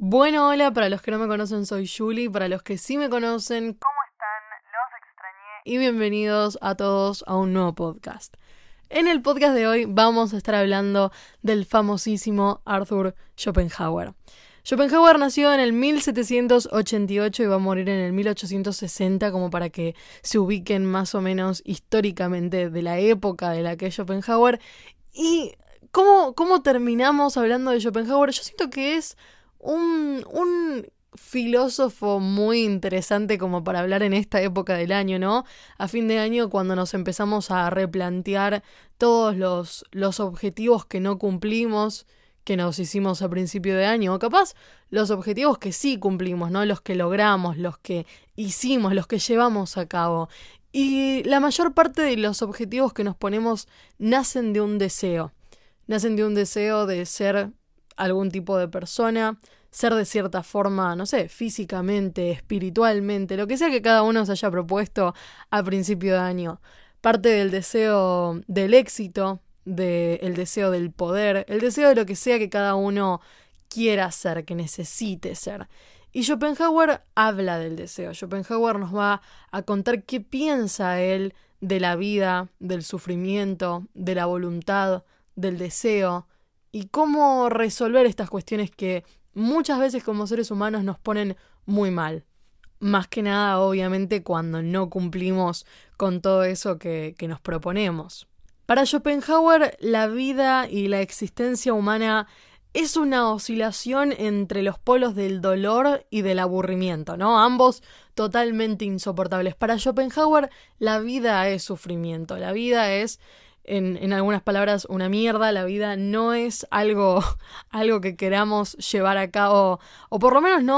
Bueno, hola, para los que no me conocen soy Julie, para los que sí me conocen, ¿cómo están? Los extrañé. Y bienvenidos a todos a un nuevo podcast. En el podcast de hoy vamos a estar hablando del famosísimo Arthur Schopenhauer. Schopenhauer nació en el 1788 y va a morir en el 1860, como para que se ubiquen más o menos históricamente de la época de la que es Schopenhauer. Y ¿cómo terminamos hablando de Schopenhauer? Yo siento que es un filósofo muy interesante como para hablar en esta época del año, ¿no? A fin de año, cuando nos empezamos a replantear todos los objetivos que no cumplimos, que nos hicimos a principio de año, o capaz los objetivos que sí cumplimos, ¿no? Los que logramos, los que hicimos, los que llevamos a cabo. Y la mayor parte de los objetivos que nos ponemos nacen de un deseo. Nacen de un deseo de ser algún tipo de persona, ser de cierta forma, no sé, físicamente, espiritualmente, lo que sea que cada uno se haya propuesto a principio de año. Parte del deseo del éxito, del deseo del poder, el deseo de lo que sea que cada uno quiera ser, que necesite ser. Y Schopenhauer habla del deseo. Schopenhauer nos va a contar qué piensa él de la vida, del sufrimiento, de la voluntad, del deseo, y cómo resolver estas cuestiones que muchas veces como seres humanos nos ponen muy mal. Más que nada, obviamente, cuando no cumplimos con todo eso que nos proponemos. Para Schopenhauer, la vida y la existencia humana es una oscilación entre los polos del dolor y del aburrimiento, ¿no? Ambos totalmente insoportables. Para Schopenhauer, la vida es sufrimiento, la vida es, en algunas palabras, una mierda. La vida no es algo que queramos llevar a cabo, o por lo menos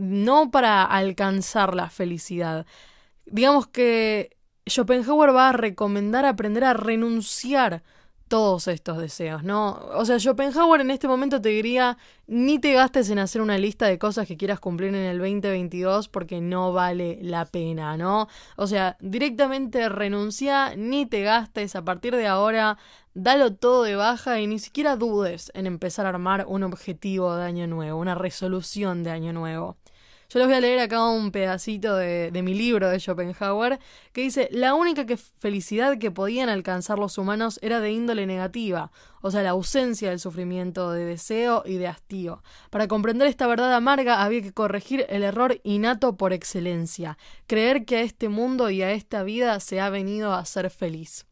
no para alcanzar la felicidad. Digamos que Schopenhauer va a recomendar aprender a renunciar todos estos deseos, ¿no? O sea, Schopenhauer en este momento te diría, ni te gastes en hacer una lista de cosas que quieras cumplir en el 2022 porque no vale la pena, ¿no? O sea, directamente renuncia, ni te gastes, a partir de ahora, dalo todo de baja y ni siquiera dudes en empezar a armar un objetivo de año nuevo, una resolución de año nuevo. Yo les voy a leer acá un pedacito de mi libro de Schopenhauer, que dice: la única felicidad que podían alcanzar los humanos era de índole negativa, o sea, la ausencia del sufrimiento, de deseo y de hastío. Para comprender esta verdad amarga había que corregir el error innato por excelencia, creer que a este mundo y a esta vida se ha venido a ser feliz.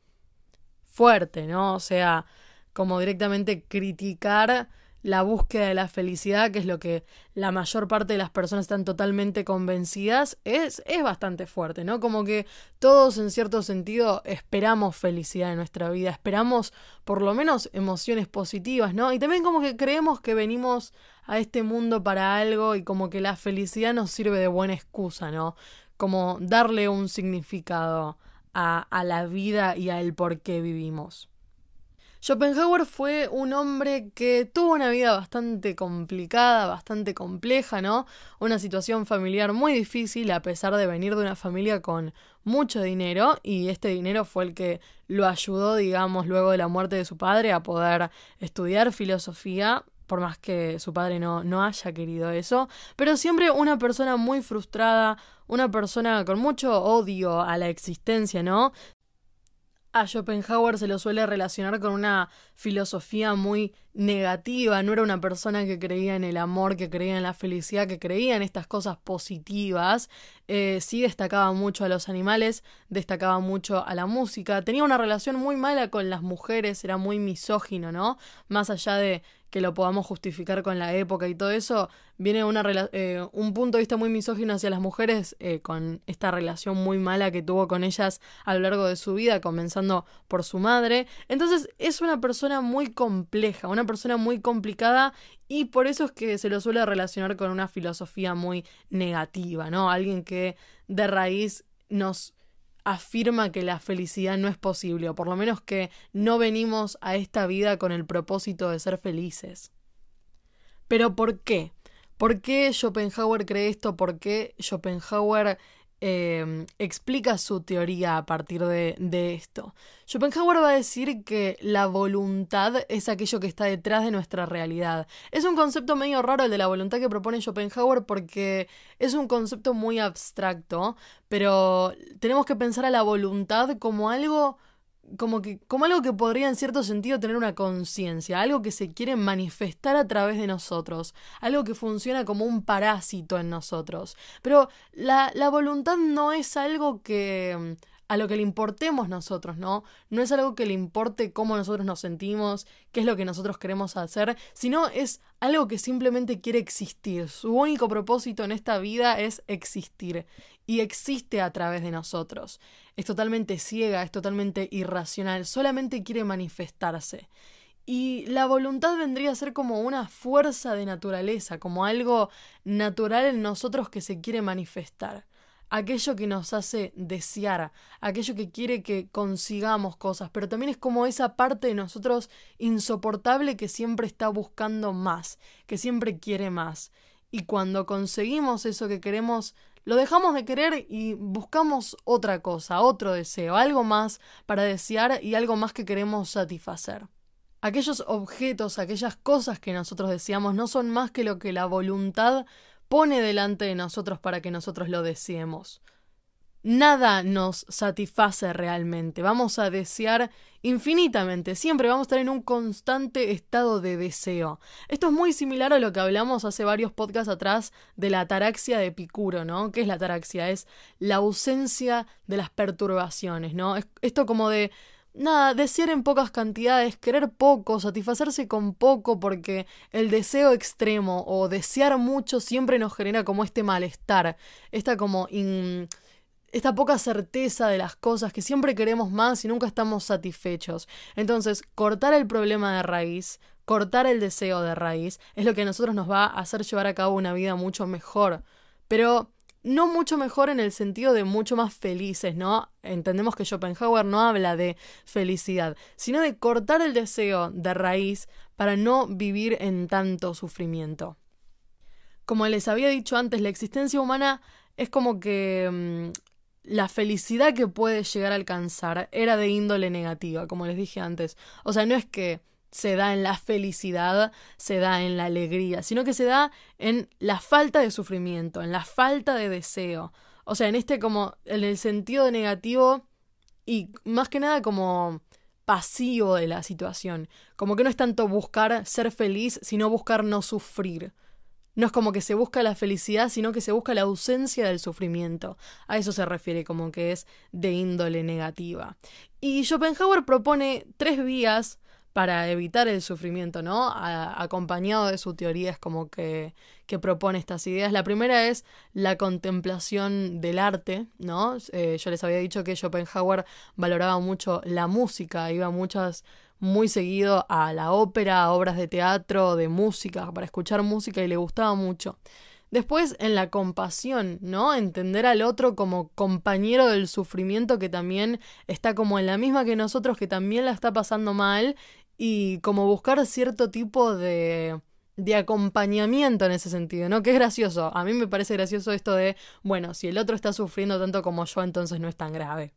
Fuerte, ¿no? O sea, como directamente criticar la búsqueda de la felicidad, que es lo que la mayor parte de las personas están totalmente convencidas, es bastante fuerte, ¿no? Como que todos en cierto sentido esperamos felicidad en nuestra vida, esperamos por lo menos emociones positivas, ¿no? Y también como que creemos que venimos a este mundo para algo y como que la felicidad nos sirve de buena excusa, ¿no? Como darle un significado a la vida y al por qué vivimos. Schopenhauer fue un hombre que tuvo una vida bastante complicada, bastante compleja, ¿no? Una situación familiar muy difícil, a pesar de venir de una familia con mucho dinero, y este dinero fue el que lo ayudó, digamos, luego de la muerte de su padre a poder estudiar filosofía, por más que su padre no haya querido eso, pero siempre una persona muy frustrada, una persona con mucho odio a la existencia, ¿no? A Schopenhauer se lo suele relacionar con una filosofía muy negativa. No era una persona que creía en el amor, que creía en la felicidad, que creía en estas cosas positivas. Sí destacaba mucho a los animales, destacaba mucho a la música. Tenía una relación muy mala con las mujeres, era muy misógino, ¿no? Más allá de que lo podamos justificar con la época y todo eso, viene un punto de vista muy misógino hacia las mujeres, con esta relación muy mala que tuvo con ellas a lo largo de su vida, comenzando por su madre. Entonces es una persona muy compleja, una persona muy complicada, y por eso es que se lo suele relacionar con una filosofía muy negativa, ¿no? Alguien que de raíz nos afirma que la felicidad no es posible, o por lo menos que no venimos a esta vida con el propósito de ser felices. ¿Pero por qué? ¿Por qué Schopenhauer cree esto? ¿Por qué Schopenhauer explica su teoría a partir de esto. Schopenhauer va a decir que la voluntad es aquello que está detrás de nuestra realidad. Es un concepto medio raro el de la voluntad que propone Schopenhauer porque es un concepto muy abstracto, pero tenemos que pensar a la voluntad como algo como algo que podría en cierto sentido tener una conciencia, algo que se quiere manifestar a través de nosotros, algo que funciona como un parásito en nosotros. Pero la voluntad no es algo que a lo que le importemos nosotros, ¿no? No es algo que le importe cómo nosotros nos sentimos, qué es lo que nosotros queremos hacer, sino es algo que simplemente quiere existir. Su único propósito en esta vida es existir y existe a través de nosotros. Es totalmente ciega, es totalmente irracional, solamente quiere manifestarse. Y la voluntad vendría a ser como una fuerza de naturaleza, como algo natural en nosotros que se quiere manifestar. Aquello que nos hace desear, aquello que quiere que consigamos cosas, pero también es como esa parte de nosotros insoportable que siempre está buscando más, que siempre quiere más. Y cuando conseguimos eso que queremos, lo dejamos de querer y buscamos otra cosa, otro deseo, algo más para desear y algo más que queremos satisfacer. Aquellos objetos, aquellas cosas que nosotros deseamos no son más que lo que la voluntad pone delante de nosotros para que nosotros lo deseemos. Nada nos satisface realmente. Vamos a desear infinitamente. Siempre vamos a estar en un constante estado de deseo. Esto es muy similar a lo que hablamos hace varios podcasts atrás de la ataraxia de Epicuro, ¿no? ¿Qué es la ataraxia? Es la ausencia de las perturbaciones, ¿no? Esto como de nada, desear en pocas cantidades, querer poco, satisfacerse con poco, porque el deseo extremo o desear mucho siempre nos genera como este malestar, esta poca certeza de las cosas, que siempre queremos más y nunca estamos satisfechos. Entonces, cortar el problema de raíz, cortar el deseo de raíz, es lo que a nosotros nos va a hacer llevar a cabo una vida mucho mejor. Pero no mucho mejor en el sentido de mucho más felices, ¿no? Entendemos que Schopenhauer no habla de felicidad, sino de cortar el deseo de raíz para no vivir en tanto sufrimiento. Como les había dicho antes, la existencia humana es como que la felicidad que puede llegar a alcanzar era de índole negativa, como les dije antes. O sea, no es que se da en la felicidad, se da en la alegría, sino que se da en la falta de sufrimiento, en la falta de deseo. O sea, en el sentido negativo y más que nada como pasivo de la situación. Como que no es tanto buscar ser feliz, sino buscar no sufrir. No es como que se busca la felicidad, sino que se busca la ausencia del sufrimiento. A eso se refiere como que es de índole negativa. Y Schopenhauer propone 3 vías para evitar el sufrimiento, ¿no? Acompañado de su teoría es como que propone estas ideas. La primera es la contemplación del arte, ¿no? Yo les había dicho que Schopenhauer valoraba mucho la música, iba muy seguido a la ópera, a obras de teatro, de música, para escuchar música y le gustaba mucho. Después, en la compasión, ¿no? Entender al otro como compañero del sufrimiento que también está como en la misma que nosotros, que también la está pasando mal, y como buscar cierto tipo de acompañamiento en ese sentido, ¿no? Que es gracioso. A mí me parece gracioso esto de, bueno, si el otro está sufriendo tanto como yo, entonces no es tan grave.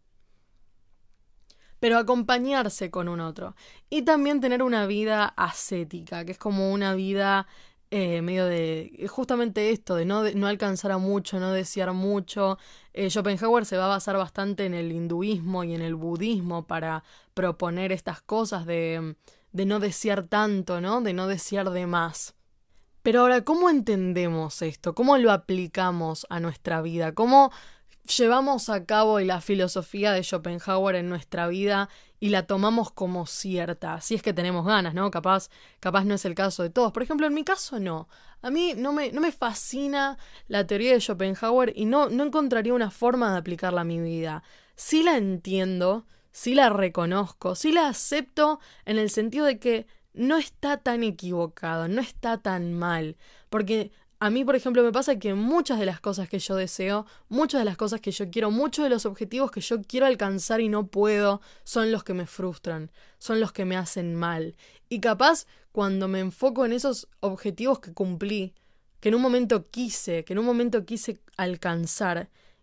Pero acompañarse con un otro. Y también tener una vida ascética, que es como una vida medio de justamente esto, de no alcanzar a mucho, no desear mucho. Schopenhauer se va a basar bastante en el hinduismo y en el budismo para proponer estas cosas de no desear tanto, ¿no? De no desear de más. Pero ahora, ¿cómo entendemos esto? ¿Cómo lo aplicamos a nuestra vida? ¿Cómo llevamos a cabo la filosofía de Schopenhauer en nuestra vida y la tomamos como cierta? Si es que tenemos ganas, ¿no? Capaz no es el caso de todos. Por ejemplo, en mi caso no. A mí no me fascina la teoría de Schopenhauer y no encontraría una forma de aplicarla a mi vida. Sí la entiendo, sí la reconozco, sí la acepto en el sentido de que no está tan equivocado, no está tan mal. Porque a mí, por ejemplo, me pasa que muchas de las cosas que yo deseo, muchas de las cosas que yo quiero, muchos de los objetivos que yo quiero alcanzar y no puedo, son los que me frustran, son los que me hacen mal. Y capaz, cuando me enfoco en esos objetivos que cumplí, que en un momento quise alcanzar,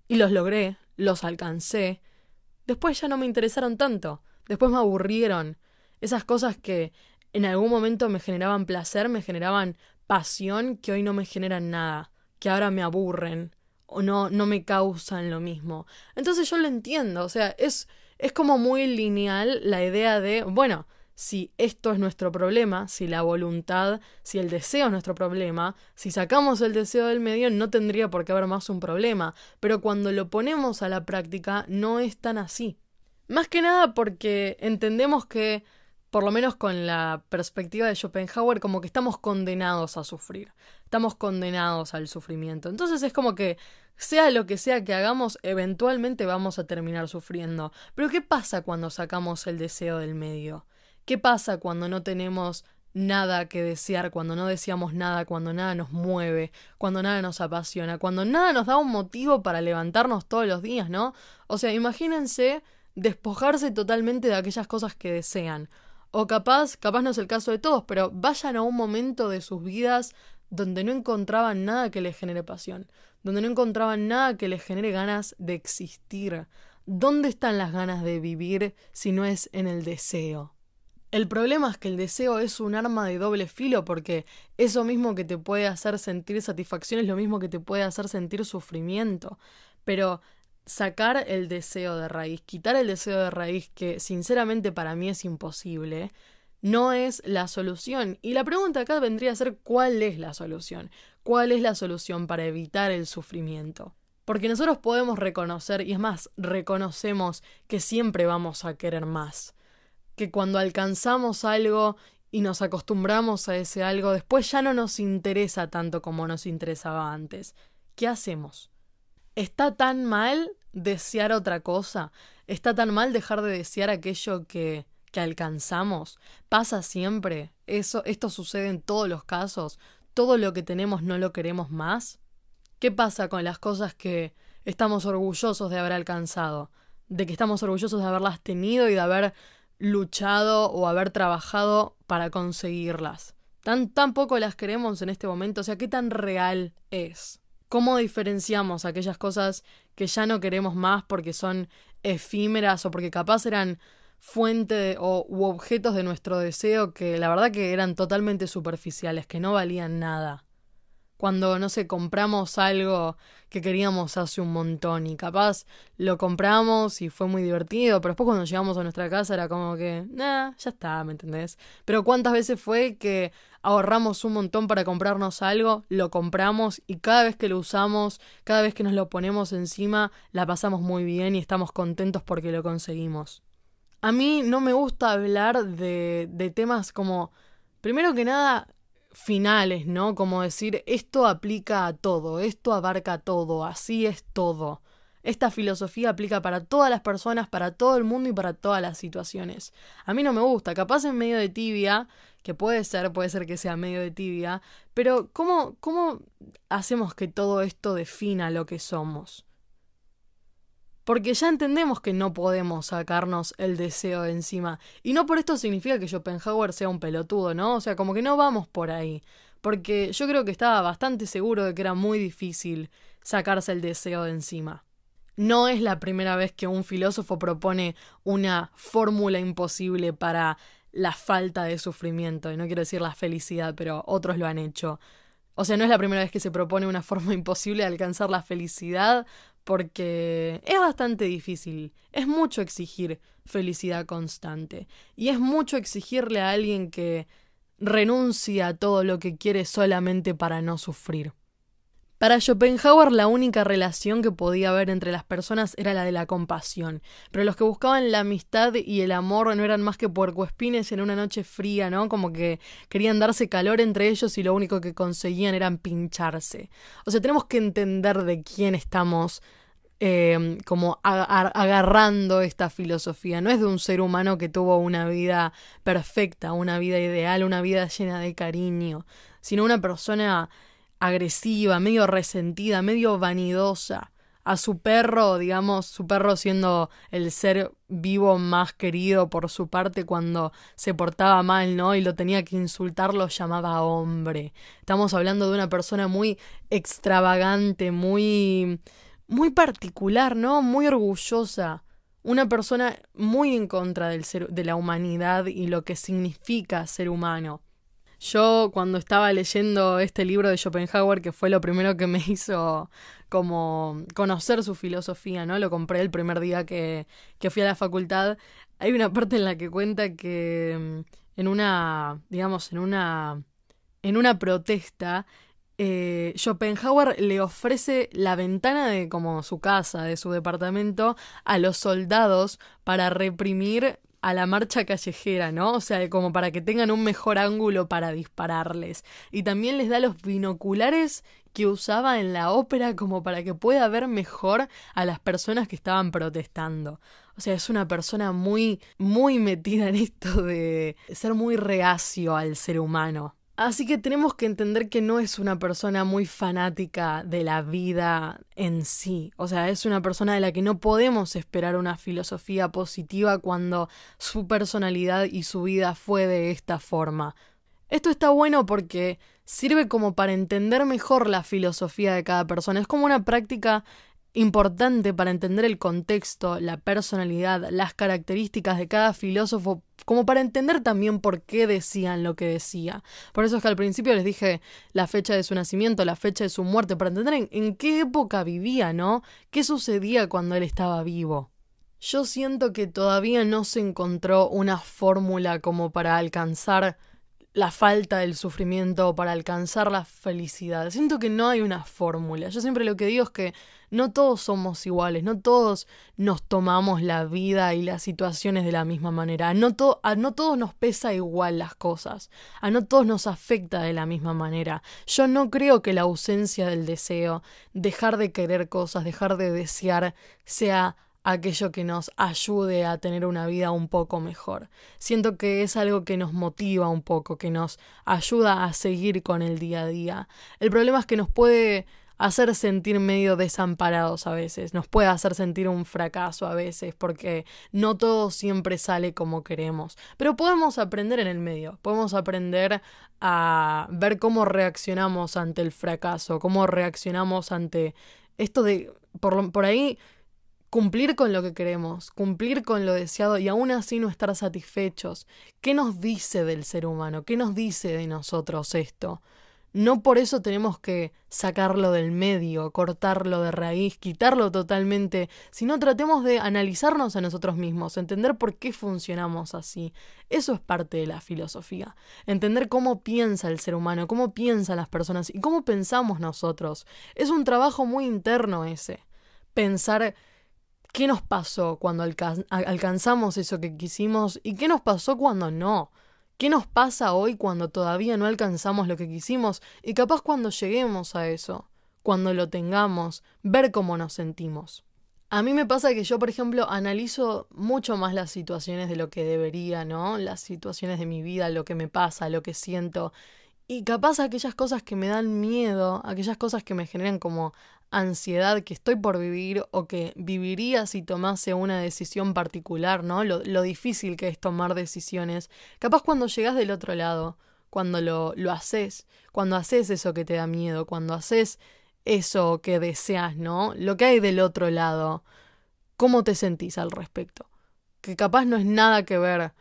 y los logré, los alcancé, después ya no me interesaron tanto, después me aburrieron. Esas cosas que en algún momento me generaban placer, me generaban pasión, que hoy no me generan nada, que ahora me aburren o no me causan lo mismo. Entonces yo lo entiendo, o sea, es como muy lineal la idea de, bueno, si esto es nuestro problema, si la voluntad, si el deseo es nuestro problema, si sacamos el deseo del medio no tendría por qué haber más un problema, pero cuando lo ponemos a la práctica no es tan así. Más que nada porque entendemos que, por lo menos con la perspectiva de Schopenhauer, como que estamos condenados a sufrir, estamos condenados al sufrimiento. Entonces es como que, sea lo que sea que hagamos, eventualmente vamos a terminar sufriendo. Pero ¿qué pasa cuando sacamos el deseo del medio? ¿Qué pasa cuando no tenemos nada que desear, cuando no deseamos nada, cuando nada nos mueve, cuando nada nos apasiona, cuando nada nos da un motivo para levantarnos todos los días, ¿no? O sea, imagínense despojarse totalmente de aquellas cosas que desean. O capaz no es el caso de todos, pero vayan a un momento de sus vidas donde no encontraban nada que les genere pasión, donde no encontraban nada que les genere ganas de existir. ¿Dónde están las ganas de vivir si no es en el deseo? El problema es que el deseo es un arma de doble filo porque eso mismo que te puede hacer sentir satisfacción es lo mismo que te puede hacer sentir sufrimiento. Pero sacar el deseo de raíz, quitar el deseo de raíz, que sinceramente para mí es imposible, no es la solución. Y la pregunta acá vendría a ser ¿cuál es la solución? ¿Cuál es la solución para evitar el sufrimiento? Porque nosotros podemos reconocer, y es más, reconocemos que siempre vamos a querer más. Que cuando alcanzamos algo y nos acostumbramos a ese algo, después ya no nos interesa tanto como nos interesaba antes. ¿Qué hacemos? ¿Está tan mal desear otra cosa? ¿Está tan mal dejar de desear aquello que alcanzamos? ¿Pasa siempre? ¿Esto sucede en todos los casos? ¿Todo lo que tenemos no lo queremos más? ¿Qué pasa con las cosas que estamos orgullosos de haber alcanzado? De que estamos orgullosos de haberlas tenido y de haber luchado o haber trabajado para conseguirlas. Tan poco las queremos en este momento, o sea, ¿qué tan real es? ¿Cómo diferenciamos aquellas cosas que ya no queremos más porque son efímeras o porque capaz eran fuente u objetos de nuestro deseo que la verdad que eran totalmente superficiales, que no valían nada? Cuando, no sé, compramos algo que queríamos hace un montón y capaz lo compramos y fue muy divertido, pero después cuando llegamos a nuestra casa era como que, ya está, ¿me entendés? Pero ¿cuántas veces fue que ahorramos un montón para comprarnos algo, lo compramos y cada vez que lo usamos, cada vez que nos lo ponemos encima, la pasamos muy bien y estamos contentos porque lo conseguimos? A mí no me gusta hablar de temas como, primero que nada, finales, ¿no? Como decir, esto aplica a todo, esto abarca todo, así es todo. Esta filosofía aplica para todas las personas, para todo el mundo y para todas las situaciones. A mí no me gusta, capaz en medio de tibia, que puede ser que sea medio de tibia, pero ¿cómo hacemos que todo esto defina lo que somos? Porque ya entendemos que no podemos sacarnos el deseo de encima. Y no por esto significa que Schopenhauer sea un pelotudo, ¿no? O sea, como que no vamos por ahí. Porque yo creo que estaba bastante seguro de que era muy difícil sacarse el deseo de encima. No es la primera vez que un filósofo propone una fórmula imposible para la falta de sufrimiento. Y no quiero decir la felicidad, pero otros lo han hecho. O sea, no es la primera vez que se propone una forma imposible de alcanzar la felicidad, porque es bastante difícil. Es mucho exigir felicidad constante. Y es mucho exigirle a alguien que renuncie a todo lo que quiere solamente para no sufrir. Para Schopenhauer la única relación que podía haber entre las personas era la de la compasión, pero los que buscaban la amistad y el amor no eran más que puercoespines en una noche fría, ¿no? Como que querían darse calor entre ellos y lo único que conseguían era pincharse. O sea, tenemos que entender de quién estamos como agarrando esta filosofía. No es de un ser humano que tuvo una vida perfecta, una vida ideal, una vida llena de cariño, sino una persona agresiva, medio resentida, medio vanidosa. A su perro, digamos, su perro siendo el ser vivo más querido por su parte cuando se portaba mal, ¿no? Y lo tenía que insultar, lo llamaba hombre. Estamos hablando de una persona muy extravagante, muy muy particular, ¿no? Muy orgullosa. Una persona muy en contra de la humanidad y lo que significa ser humano. Yo cuando estaba leyendo este libro de Schopenhauer, que fue lo primero que me hizo como conocer su filosofía, ¿no? Lo compré el primer día que fui a la facultad. Hay una parte en la que cuenta que en una, digamos, en una protesta, Schopenhauer le ofrece la ventana de como su casa, de su departamento, a los soldados para reprimir a la marcha callejera, ¿no? O sea, como para que tengan un mejor ángulo para dispararles. Y también les da los binoculares que usaba en la ópera como para que pueda ver mejor a las personas que estaban protestando. O sea, es una persona muy, muy metida en esto de ser muy reacio al ser humano. Así que tenemos que entender que no es una persona muy fanática de la vida en sí. O sea, es una persona de la que no podemos esperar una filosofía positiva cuando su personalidad y su vida fue de esta forma. Esto está bueno porque sirve como para entender mejor la filosofía de cada persona. Es como una práctica importante para entender el contexto, la personalidad, las características de cada filósofo, como para entender también por qué decían lo que decía. Por eso es que al principio les dije la fecha de su nacimiento, la fecha de su muerte, para entender en qué época vivía, ¿no? ¿Qué sucedía cuando él estaba vivo? Yo siento que todavía no se encontró una fórmula como para alcanzar la falta del sufrimiento, para alcanzar la felicidad. Siento que no hay una fórmula. Yo siempre lo que digo es que no todos somos iguales, no todos nos tomamos la vida y las situaciones de la misma manera, no todos nos pesa igual las cosas, a no todos nos afecta de la misma manera. Yo no creo que la ausencia del deseo, dejar de querer cosas, dejar de desear, sea aquello que nos ayude a tener una vida un poco mejor. Siento que es algo que nos motiva un poco, que nos ayuda a seguir con el día a día. El problema es que nos puede hacer sentir medio desamparados a veces, nos puede hacer sentir un fracaso a veces, porque no todo siempre sale como queremos. Pero podemos aprender en el medio, podemos aprender a ver cómo reaccionamos ante el fracaso, cómo reaccionamos ante esto de, por ahí, cumplir con lo que queremos, cumplir con lo deseado y aún así no estar satisfechos. ¿Qué nos dice del ser humano? ¿Qué nos dice de nosotros esto? No por eso tenemos que sacarlo del medio, cortarlo de raíz, quitarlo totalmente, sino tratemos de analizarnos a nosotros mismos, entender por qué funcionamos así. Eso es parte de la filosofía, entender cómo piensa el ser humano, cómo piensan las personas y cómo pensamos nosotros. Es un trabajo muy interno ese, pensar ¿qué nos pasó cuando alcanzamos eso que quisimos y qué nos pasó cuando no? ¿Qué nos pasa hoy cuando todavía no alcanzamos lo que quisimos y capaz cuando lleguemos a eso, cuando lo tengamos, ver cómo nos sentimos? A mí me pasa que yo, por ejemplo, analizo mucho más las situaciones de lo que debería, ¿no? Las situaciones de mi vida, lo que me pasa, lo que siento. Y capaz aquellas cosas que me dan miedo, aquellas cosas que me generan como ansiedad que estoy por vivir o que viviría si tomase una decisión particular, ¿no? Lo difícil que es tomar decisiones. Capaz cuando llegas del otro lado, cuando lo haces, cuando haces eso que te da miedo, cuando haces eso que deseas, ¿no? Lo que hay del otro lado, ¿cómo te sentís al respecto? Que capaz no es nada que ver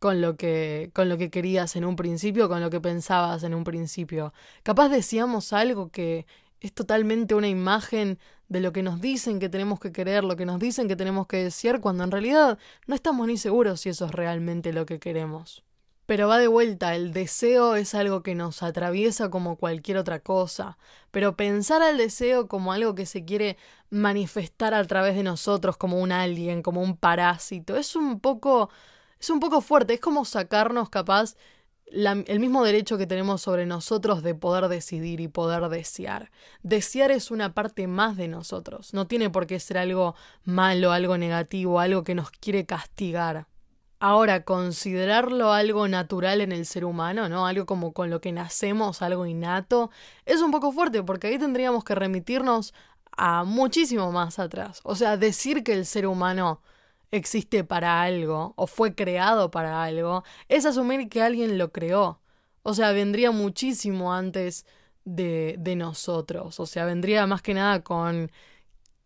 con lo que querías en un principio, con lo que pensabas en un principio. Capaz decíamos algo que es totalmente una imagen de lo que nos dicen que tenemos que querer, lo que nos dicen que tenemos que desear, cuando en realidad no estamos ni seguros si eso es realmente lo que queremos. Pero va de vuelta, el deseo es algo que nos atraviesa como cualquier otra cosa, pero pensar al deseo como algo que se quiere manifestar a través de nosotros, como un alien, como un parásito, es un poco fuerte, es como sacarnos capaz el mismo derecho que tenemos sobre nosotros de poder decidir y poder desear. Desear es una parte más de nosotros, no tiene por qué ser algo malo, algo negativo, algo que nos quiere castigar. Ahora, considerarlo algo natural en el ser humano, ¿no? Algo como con lo que nacemos, algo innato, es un poco fuerte porque ahí tendríamos que remitirnos a muchísimo más atrás. O sea, decir que el ser humano existe para algo o fue creado para algo es asumir que alguien lo creó. O sea, vendría muchísimo antes de nosotros. O sea, vendría más que nada con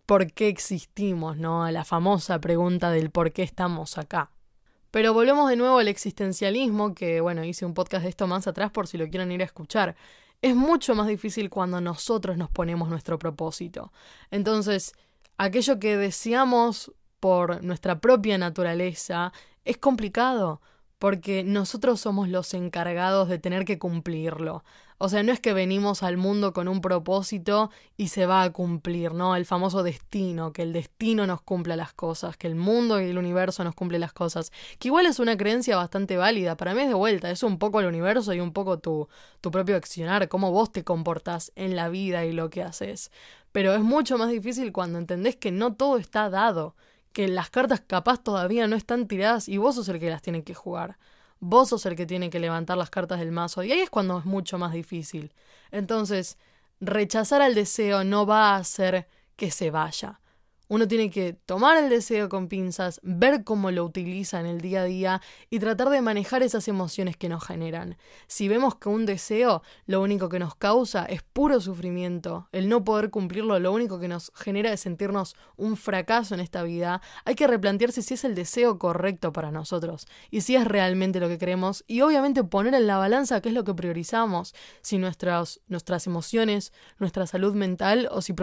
por qué existimos, ¿no? A la famosa pregunta del por qué estamos acá. Pero volvemos de nuevo al existencialismo, que bueno, hice un podcast de esto más atrás por si lo quieren ir a escuchar. Es mucho más difícil cuando nosotros nos ponemos nuestro propósito. Entonces, aquello que deseamos por nuestra propia naturaleza es complicado, porque nosotros somos los encargados de tener que cumplirlo. O sea, no es que venimos al mundo con un propósito y se va a cumplir, ¿no? El famoso destino, que el destino nos cumpla las cosas, que el mundo y el universo nos cumple las cosas. Que igual es una creencia bastante válida. Para mí es de vuelta, es un poco el universo y un poco tu propio accionar, cómo vos te comportás en la vida y lo que haces. Pero es mucho más difícil cuando entendés que no todo está dado, que las cartas capaz todavía no están tiradas y vos sos el que las tiene que jugar. Vos sos el que tiene que levantar las cartas del mazo y ahí es cuando es mucho más difícil. Entonces, rechazar al deseo no va a hacer que se vaya. Uno tiene que tomar el deseo con pinzas, ver cómo lo utiliza en el día a día y tratar de manejar esas emociones que nos generan. Si vemos que un deseo lo único que nos causa es puro sufrimiento, el no poder cumplirlo lo único que nos genera es sentirnos un fracaso en esta vida, hay que replantearse si es el deseo correcto para nosotros y si es realmente lo que queremos y obviamente poner en la balanza qué es lo que priorizamos, si nuestras emociones, nuestra salud mental o si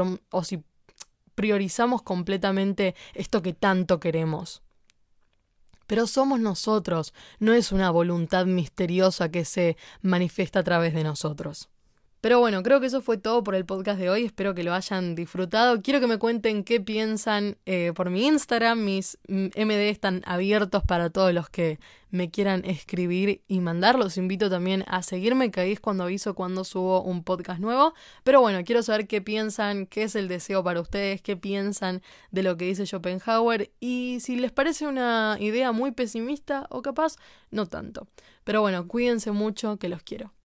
priorizamos completamente esto que tanto queremos. Pero somos nosotros, no es una voluntad misteriosa que se manifiesta a través de nosotros. Pero bueno, creo que eso fue todo por el podcast de hoy, espero que lo hayan disfrutado. Quiero que me cuenten qué piensan por mi Instagram, mis MD están abiertos para todos los que me quieran escribir y mandar. Los invito también a seguirme, que ahí es cuando aviso cuando subo un podcast nuevo. Pero bueno, quiero saber qué piensan, qué es el deseo para ustedes, qué piensan de lo que dice Schopenhauer y si les parece una idea muy pesimista o capaz no tanto. Pero bueno, cuídense mucho, que los quiero.